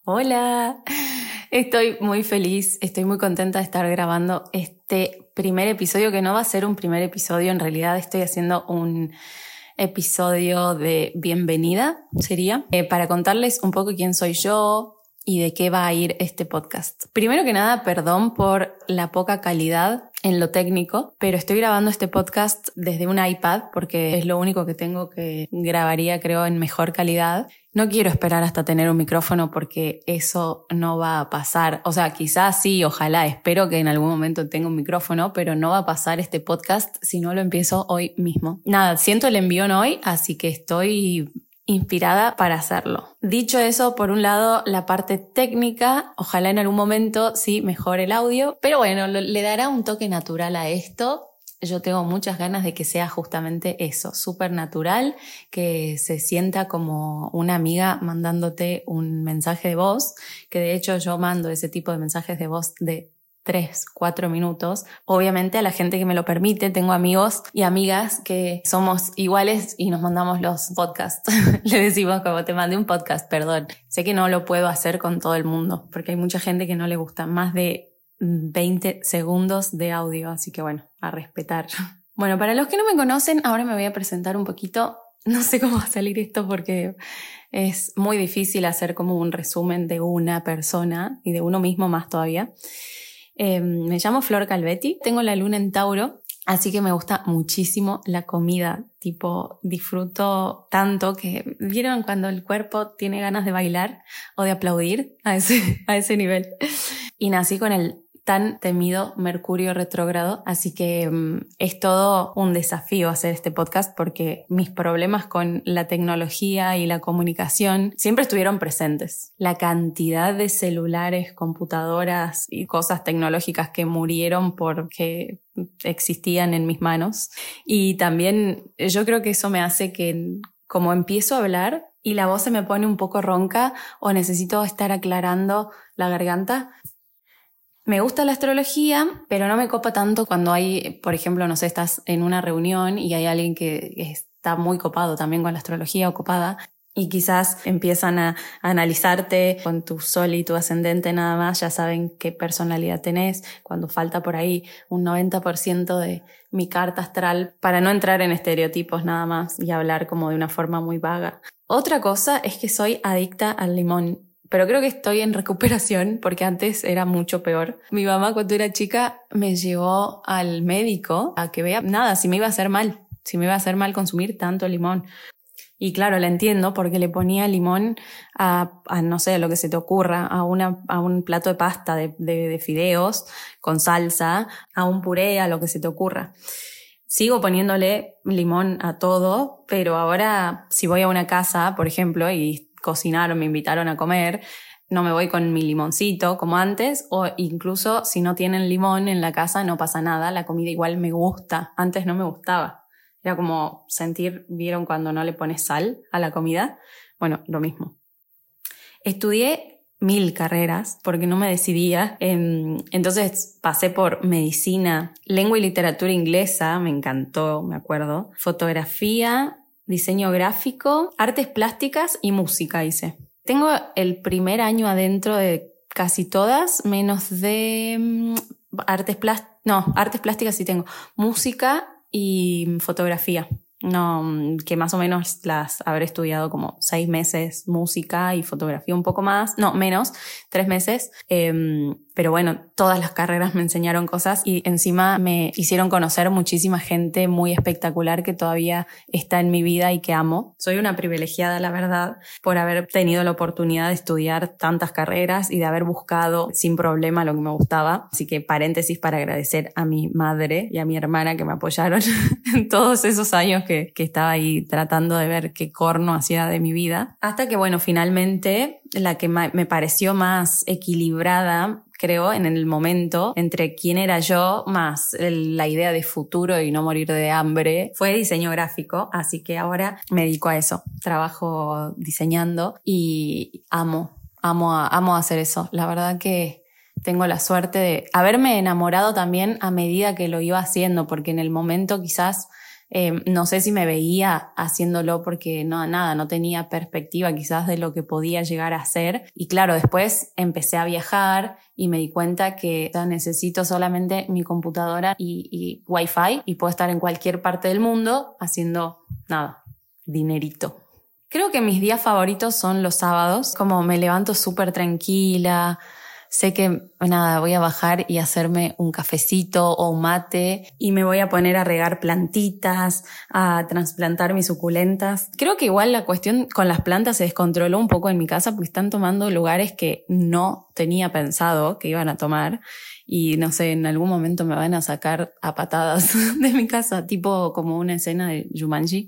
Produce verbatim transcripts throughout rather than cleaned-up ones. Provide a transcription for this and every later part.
Hola, estoy muy feliz, estoy muy contenta de estar grabando este primer episodio, que no va a ser un primer episodio, en realidad estoy haciendo un episodio de bienvenida, sería, eh, para contarles un poco quién soy yo y de qué va a ir este podcast. Primero que nada, perdón por la poca calidad en lo técnico, pero estoy grabando este podcast desde un iPad porque es lo único que tengo que grabaría, creo, en mejor calidad. No quiero esperar hasta tener un micrófono porque eso no va a pasar. O sea, quizás sí, ojalá, espero que en algún momento tenga un micrófono, pero no va a pasar este podcast si no lo empiezo hoy mismo. Nada, siento el envión hoy, así que estoy inspirada para hacerlo. Dicho eso, por un lado, la parte técnica, ojalá en algún momento sí mejore el audio, pero bueno, lo, le dará un toque natural a esto. Yo tengo muchas ganas de que sea justamente eso, súper natural, que se sienta como una amiga mandándote un mensaje de voz, que de hecho yo mando ese tipo de mensajes de voz de tres, cuatro minutos. Obviamente a la gente que me lo permite, tengo amigos y amigas que somos iguales y nos mandamos los podcasts. Le decimos como te mandé un podcast, perdón. Sé que no lo puedo hacer con todo el mundo, porque hay mucha gente que no le gusta más de veinte segundos de audio, así que bueno, a respetar. Bueno, para los que no me conocen, ahora me voy a presentar un poquito. No sé cómo va a salir esto porque es muy difícil hacer como un resumen de una persona y de uno mismo más todavía. Eh, me llamo Flor Calvetti, tengo la luna en Tauro, así que me gusta muchísimo la comida, tipo disfruto tanto que, ¿vieron cuando el cuerpo tiene ganas de bailar o de aplaudir? A ese, a ese nivel. Y nací con el tan temido Mercurio retrógrado, así que um, es todo un desafío hacer este podcast porque mis problemas con la tecnología y la comunicación siempre estuvieron presentes. La cantidad de celulares, computadoras y cosas tecnológicas que murieron porque existían en mis manos. Y también yo creo que eso me hace que, como empiezo a hablar y la voz se me pone un poco ronca o necesito estar aclarando la garganta. Me gusta la astrología, pero no me copa tanto cuando hay, por ejemplo, no sé, estás en una reunión y hay alguien que está muy copado también con la astrología o copada y quizás empiezan a, a analizarte con tu sol y tu ascendente nada más, ya saben qué personalidad tenés, cuando falta por ahí un noventa por ciento de mi carta astral para no entrar en estereotipos nada más y hablar como de una forma muy vaga. Otra cosa es que soy adicta al limón. Pero creo que estoy en recuperación porque antes era mucho peor. Mi mamá cuando era chica me llevó al médico a que vea nada, si me iba a hacer mal, si me iba a hacer mal consumir tanto limón. Y claro, la entiendo porque le ponía limón a, a no sé, lo que se te ocurra, a, una, a un plato de pasta de, de, de fideos con salsa, a un puré, a lo que se te ocurra. Sigo poniéndole limón a todo, pero ahora si voy a una casa, por ejemplo, y cocinaron, me invitaron a comer, no me voy con mi limoncito como antes, o incluso si no tienen limón en la casa no pasa nada, la comida igual me gusta, antes no me gustaba. Era como sentir, ¿vieron cuando no le pones sal a la comida? Bueno, lo mismo. Estudié mil carreras porque no me decidía, entonces pasé por medicina, lengua y literatura inglesa, me encantó, me acuerdo, fotografía, diseño gráfico, artes plásticas y música hice. Tengo el primer año adentro de casi todas, menos de um, artes plásticas, no, artes plásticas sí tengo, música y fotografía. No, que más o menos las habré estudiado como seis meses música y fotografía un poco más, no, menos, tres meses. Eh, pero bueno, todas las carreras me enseñaron cosas y encima me hicieron conocer muchísima gente muy espectacular que todavía está en mi vida y que amo. Soy una privilegiada, la verdad, por haber tenido la oportunidad de estudiar tantas carreras y de haber buscado sin problema lo que me gustaba. Así que paréntesis para agradecer a mi madre y a mi hermana que me apoyaron en todos esos años que, que estaba ahí tratando de ver qué corno hacía de mi vida. Hasta que, bueno, finalmente la que me pareció más equilibrada, creo, en el momento, entre quién era yo más el, la idea de futuro y no morir de hambre, fue diseño gráfico, así que ahora me dedico a eso. Trabajo diseñando y amo, amo, a, amo hacer eso. La verdad que tengo la suerte de haberme enamorado también a medida que lo iba haciendo, porque en el momento quizás Eh, no sé si me veía haciéndolo porque no, nada, no tenía perspectiva quizás de lo que podía llegar a hacer. Y claro, después empecé a viajar y me di cuenta que, o sea, necesito solamente mi computadora y, y Wi-Fi y puedo estar en cualquier parte del mundo haciendo nada, dinerito. Creo que mis días favoritos son los sábados, como me levanto súper tranquila. Sé que, nada, voy a bajar y hacerme un cafecito o un mate y me voy a poner a regar plantitas, a trasplantar mis suculentas. Creo que igual la cuestión con las plantas se descontroló un poco en mi casa porque están tomando lugares que no tenía pensado que iban a tomar y no sé, en algún momento me van a sacar a patadas de mi casa, tipo como una escena de Jumanji.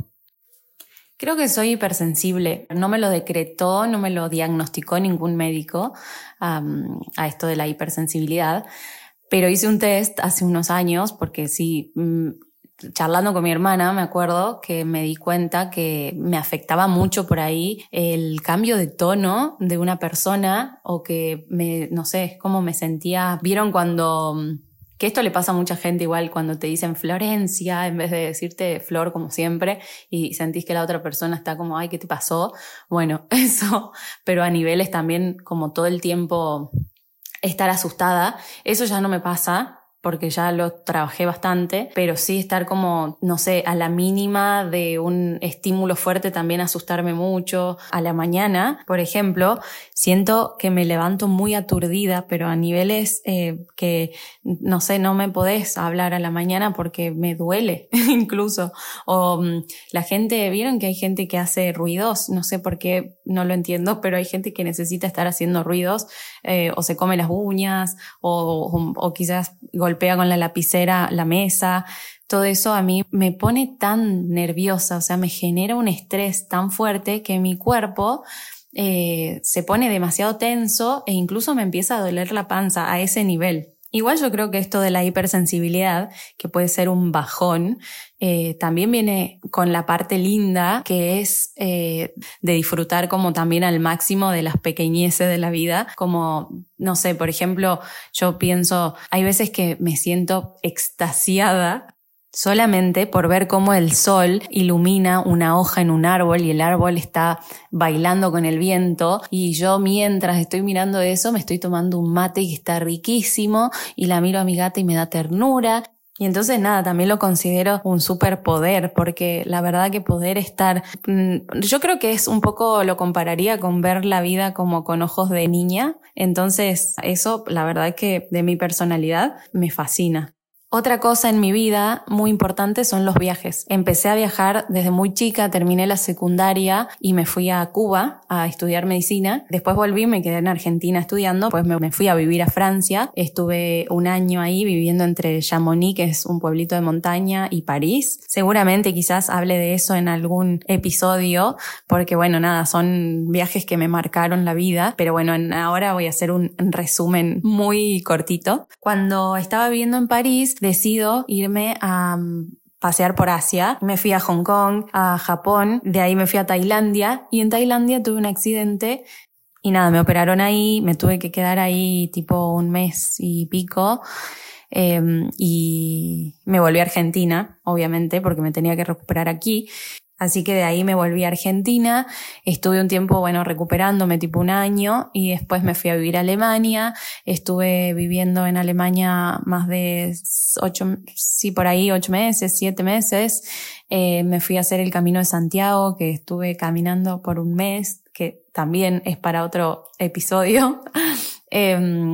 Creo que soy hipersensible. No me lo decretó, no me lo diagnosticó ningún médico um, a esto de la hipersensibilidad, pero hice un test hace unos años porque sí, mm, charlando con mi hermana me acuerdo que me di cuenta que me afectaba mucho por ahí el cambio de tono de una persona o que me, no sé, cómo me sentía. ¿Vieron cuando... que esto le pasa a mucha gente igual cuando te dicen Florencia en vez de decirte Flor como siempre y sentís que la otra persona está como, ay, ¿qué te pasó? Bueno, eso, pero a niveles también como todo el tiempo estar asustada, eso ya no me pasa porque ya lo trabajé bastante, pero sí estar como, no sé, a la mínima de un estímulo fuerte también asustarme mucho. A la mañana, por ejemplo, siento que me levanto muy aturdida, pero a niveles eh, que, no sé, no me podés hablar a la mañana porque me duele incluso. O um, la gente, ¿vieron que hay gente que hace ruidos? No sé por qué, no lo entiendo, pero hay gente que necesita estar haciendo ruidos eh, o se come las uñas o, o, o quizás golpea con la lapicera la mesa. Todo eso a mí me pone tan nerviosa, o sea, me genera un estrés tan fuerte que mi cuerpo eh, se pone demasiado tenso e incluso me empieza a doler la panza a ese nivel. Igual yo creo que esto de la hipersensibilidad, que puede ser un bajón, eh, también viene con la parte linda que es eh, de disfrutar como también al máximo de las pequeñeces de la vida. Como, no sé, por ejemplo, yo pienso, hay veces que me siento extasiada solamente por ver cómo el sol ilumina una hoja en un árbol y el árbol está bailando con el viento y yo mientras estoy mirando eso me estoy tomando un mate que está riquísimo y la miro a mi gata y me da ternura. Y entonces nada, también lo considero un superpoder porque la verdad que poder estar... Yo creo que es un poco, lo compararía con ver la vida como con ojos de niña. Entonces eso, la verdad que de mi personalidad me fascina. Otra cosa en mi vida muy importante son los viajes. Empecé a viajar desde muy chica, terminé la secundaria y me fui a Cuba a estudiar medicina. Después volví, me quedé en Argentina estudiando, pues me fui a vivir a Francia. Estuve un año ahí viviendo entre Chamonix, que es un pueblito de montaña, y París. Seguramente quizás hable de eso en algún episodio, porque bueno, nada, son viajes que me marcaron la vida. Pero bueno, ahora voy a hacer un resumen muy cortito. Cuando estaba viviendo en París, decido irme a um, pasear por Asia. Me fui a Hong Kong, a Japón, de ahí me fui a Tailandia y en Tailandia tuve un accidente y nada, me operaron ahí, me tuve que quedar ahí tipo un mes y pico eh, y me volví a Argentina, obviamente, porque me tenía que recuperar aquí. Así que de ahí me volví a Argentina, estuve un tiempo, bueno, recuperándome tipo un año y después me fui a vivir a Alemania, estuve viviendo en Alemania más de ocho, sí, por ahí ocho meses, siete meses, eh, me fui a hacer el Camino de Santiago, que estuve caminando por un mes, que también es para otro episodio. eh,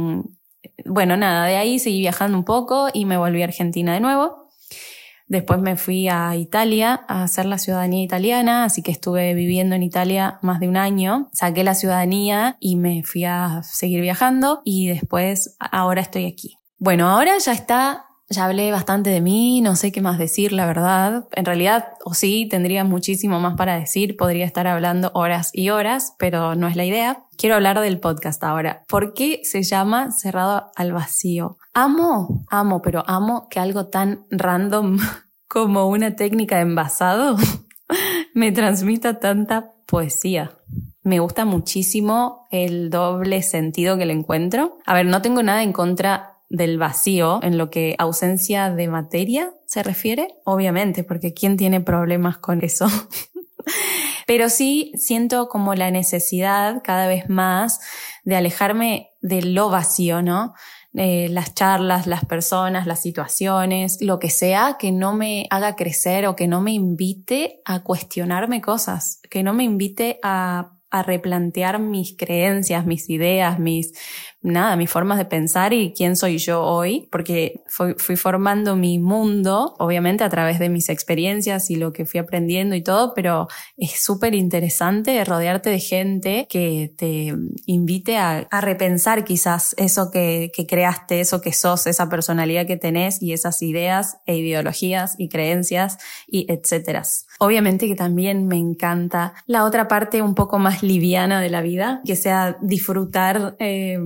bueno, nada, de ahí seguí viajando un poco y me volví a Argentina de nuevo. Después me fui a Italia a hacer la ciudadanía italiana, así que estuve viviendo en Italia más de un año. Saqué la ciudadanía y me fui a seguir viajando y después ahora estoy aquí. Bueno, ahora ya está, ya hablé bastante de mí, no sé qué más decir, la verdad. En realidad, o sí, tendría muchísimo más para decir, podría estar hablando horas y horas, pero no es la idea. Quiero hablar del podcast ahora. ¿Por qué se llama Cerrado al Vacío? Amo, amo, pero amo que algo tan random como una técnica de envasado me transmita tanta poesía. Me gusta muchísimo el doble sentido que le encuentro. A ver, no tengo nada en contra del vacío, en lo que ausencia de materia se refiere, obviamente, porque ¿quién tiene problemas con eso? Pero sí siento como la necesidad cada vez más de alejarme de lo vacío, ¿no? Eh, las charlas, las personas, las situaciones, lo que sea que no me haga crecer o que no me invite a cuestionarme cosas, que no me invite a, a replantear mis creencias, mis ideas, mis, nada, mis formas de pensar y quién soy yo hoy, porque fui, fui formando mi mundo, obviamente a través de mis experiencias y lo que fui aprendiendo y todo, pero es súper interesante rodearte de gente que te invite a, a repensar quizás eso que, que creaste, eso que sos, esa personalidad que tenés y esas ideas e ideologías y creencias y etcétera. Obviamente que también me encanta la otra parte un poco más liviana de la vida, que sea disfrutar eh,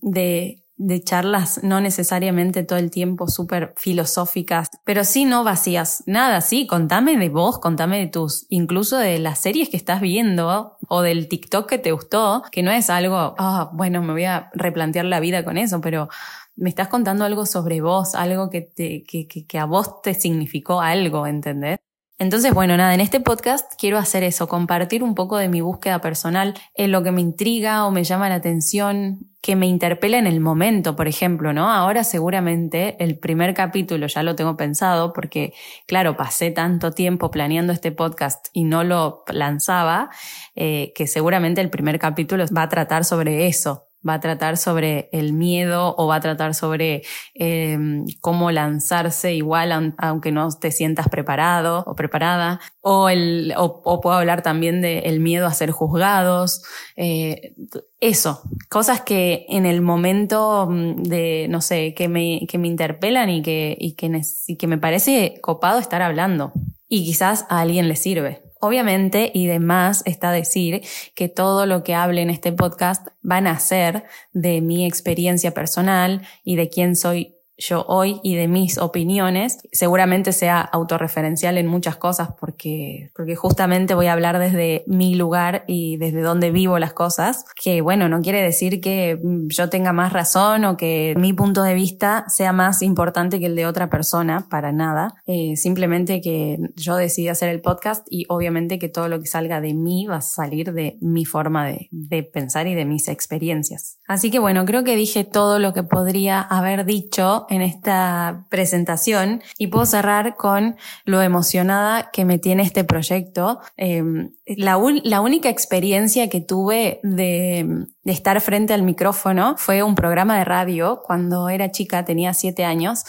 de, de charlas no necesariamente todo el tiempo súper filosóficas, pero sí no vacías. Nada, sí, contame de vos, contame de tus, incluso de las series que estás viendo o del TikTok que te gustó, que no es algo, ah, oh, bueno, me voy a replantear la vida con eso, pero me estás contando algo sobre vos, algo que, te, que, que, que a vos te significó algo, ¿entendés? Entonces, bueno, nada, en este podcast quiero hacer eso, compartir un poco de mi búsqueda personal, en lo que me intriga o me llama la atención, que me interpela en el momento, por ejemplo, ¿no? Ahora seguramente el primer capítulo ya lo tengo pensado porque, claro, pasé tanto tiempo planeando este podcast y no lo lanzaba, eh, que seguramente el primer capítulo va a tratar sobre eso. Va a tratar sobre el miedo o va a tratar sobre eh, cómo lanzarse igual aunque no te sientas preparado o preparada. O, el, o, o puedo hablar también del miedo a ser juzgados. Eh, eso, cosas que en el momento de, no sé, que me, que me interpelan y que, y, que, y que me parece copado estar hablando. Y quizás a alguien le sirve. Obviamente, y demás está decir que todo lo que hable en este podcast va a nacer de mi experiencia personal y de quién soy yo hoy y de mis opiniones. Seguramente sea autorreferencial en muchas cosas porque, porque justamente voy a hablar desde mi lugar y desde donde vivo las cosas, que bueno, no quiere decir que yo tenga más razón o que mi punto de vista sea más importante que el de otra persona, para nada. Eh, simplemente que yo decidí hacer el podcast y obviamente que todo lo que salga de mí va a salir de mi forma de, de pensar y de mis experiencias. Así que bueno, creo que dije todo lo que podría haber dicho en esta presentación y puedo cerrar con lo emocionada que me tiene este proyecto. Eh, la, un, la única experiencia que tuve de, de estar frente al micrófono fue un programa de radio cuando era chica, tenía siete años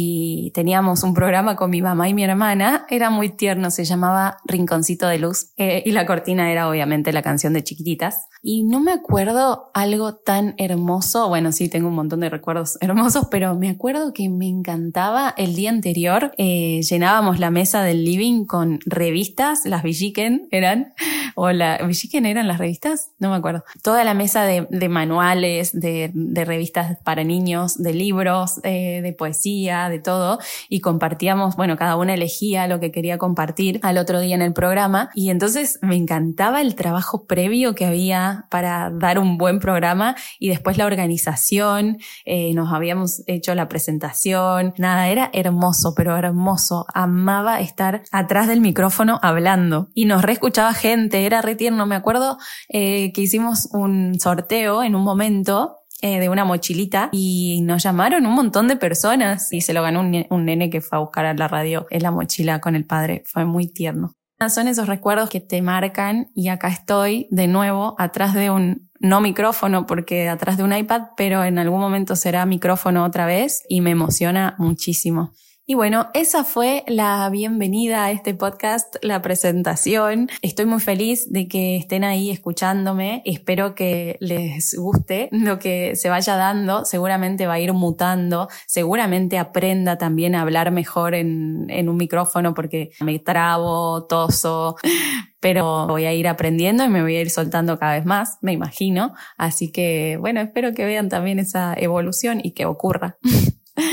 y teníamos un programa con mi mamá y mi hermana, era muy tierno, se llamaba Rinconcito de Luz eh, y la cortina era obviamente la canción de Chiquititas. Y no me acuerdo algo tan hermoso, bueno sí tengo un montón de recuerdos hermosos, pero me acuerdo que me encantaba el día anterior, eh, llenábamos la mesa del living con revistas, las Villiquen eran, o la Villiquen eran las revistas, no me acuerdo, toda la mesa de, de manuales, de, de revistas para niños, de libros, eh, de poesía, de todo, y compartíamos, bueno, cada una elegía lo que quería compartir al otro día en el programa, y entonces me encantaba el trabajo previo que había para dar un buen programa y después la organización, eh, nos habíamos hecho la presentación, nada, era hermoso, pero hermoso, amaba estar atrás del micrófono hablando y nos reescuchaba gente, era re tierno, me acuerdo eh, que hicimos un sorteo en un momento eh, de una mochilita y nos llamaron un montón de personas y se lo ganó un, un nene que fue a buscar a la radio en la mochila con el padre, fue muy tierno. Son esos recuerdos que te marcan y acá estoy de nuevo atrás de un, no micrófono porque atrás de un iPad, pero en algún momento será micrófono otra vez y me emociona muchísimo. Y bueno, esa fue la bienvenida a este podcast, la presentación. Estoy muy feliz de que estén ahí escuchándome. Espero que les guste lo que se vaya dando. Seguramente va a ir mutando. Seguramente aprenda también a hablar mejor en, en un micrófono porque me trabo, toso. Pero voy a ir aprendiendo y me voy a ir soltando cada vez más, me imagino. Así que, bueno, espero que vean también esa evolución y que ocurra.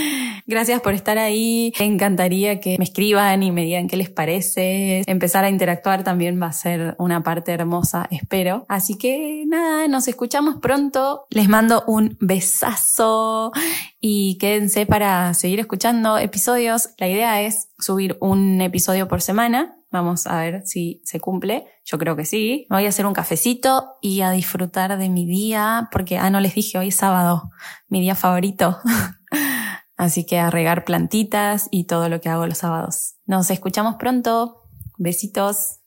Gracias por estar ahí. Me encantaría que me escriban y me digan qué les parece. Empezar a interactuar también va a ser una parte hermosa, espero. Así que nada, nos escuchamos pronto. Les mando un besazo y quédense para seguir escuchando episodios. La idea es subir un episodio por semana. Vamos a ver si se cumple. Yo creo que sí. Me voy a hacer un cafecito y a disfrutar de mi día, porque, ah, no les dije, hoy es sábado, mi día favorito. Así que a regar plantitas y todo lo que hago los sábados. Nos escuchamos pronto. Besitos.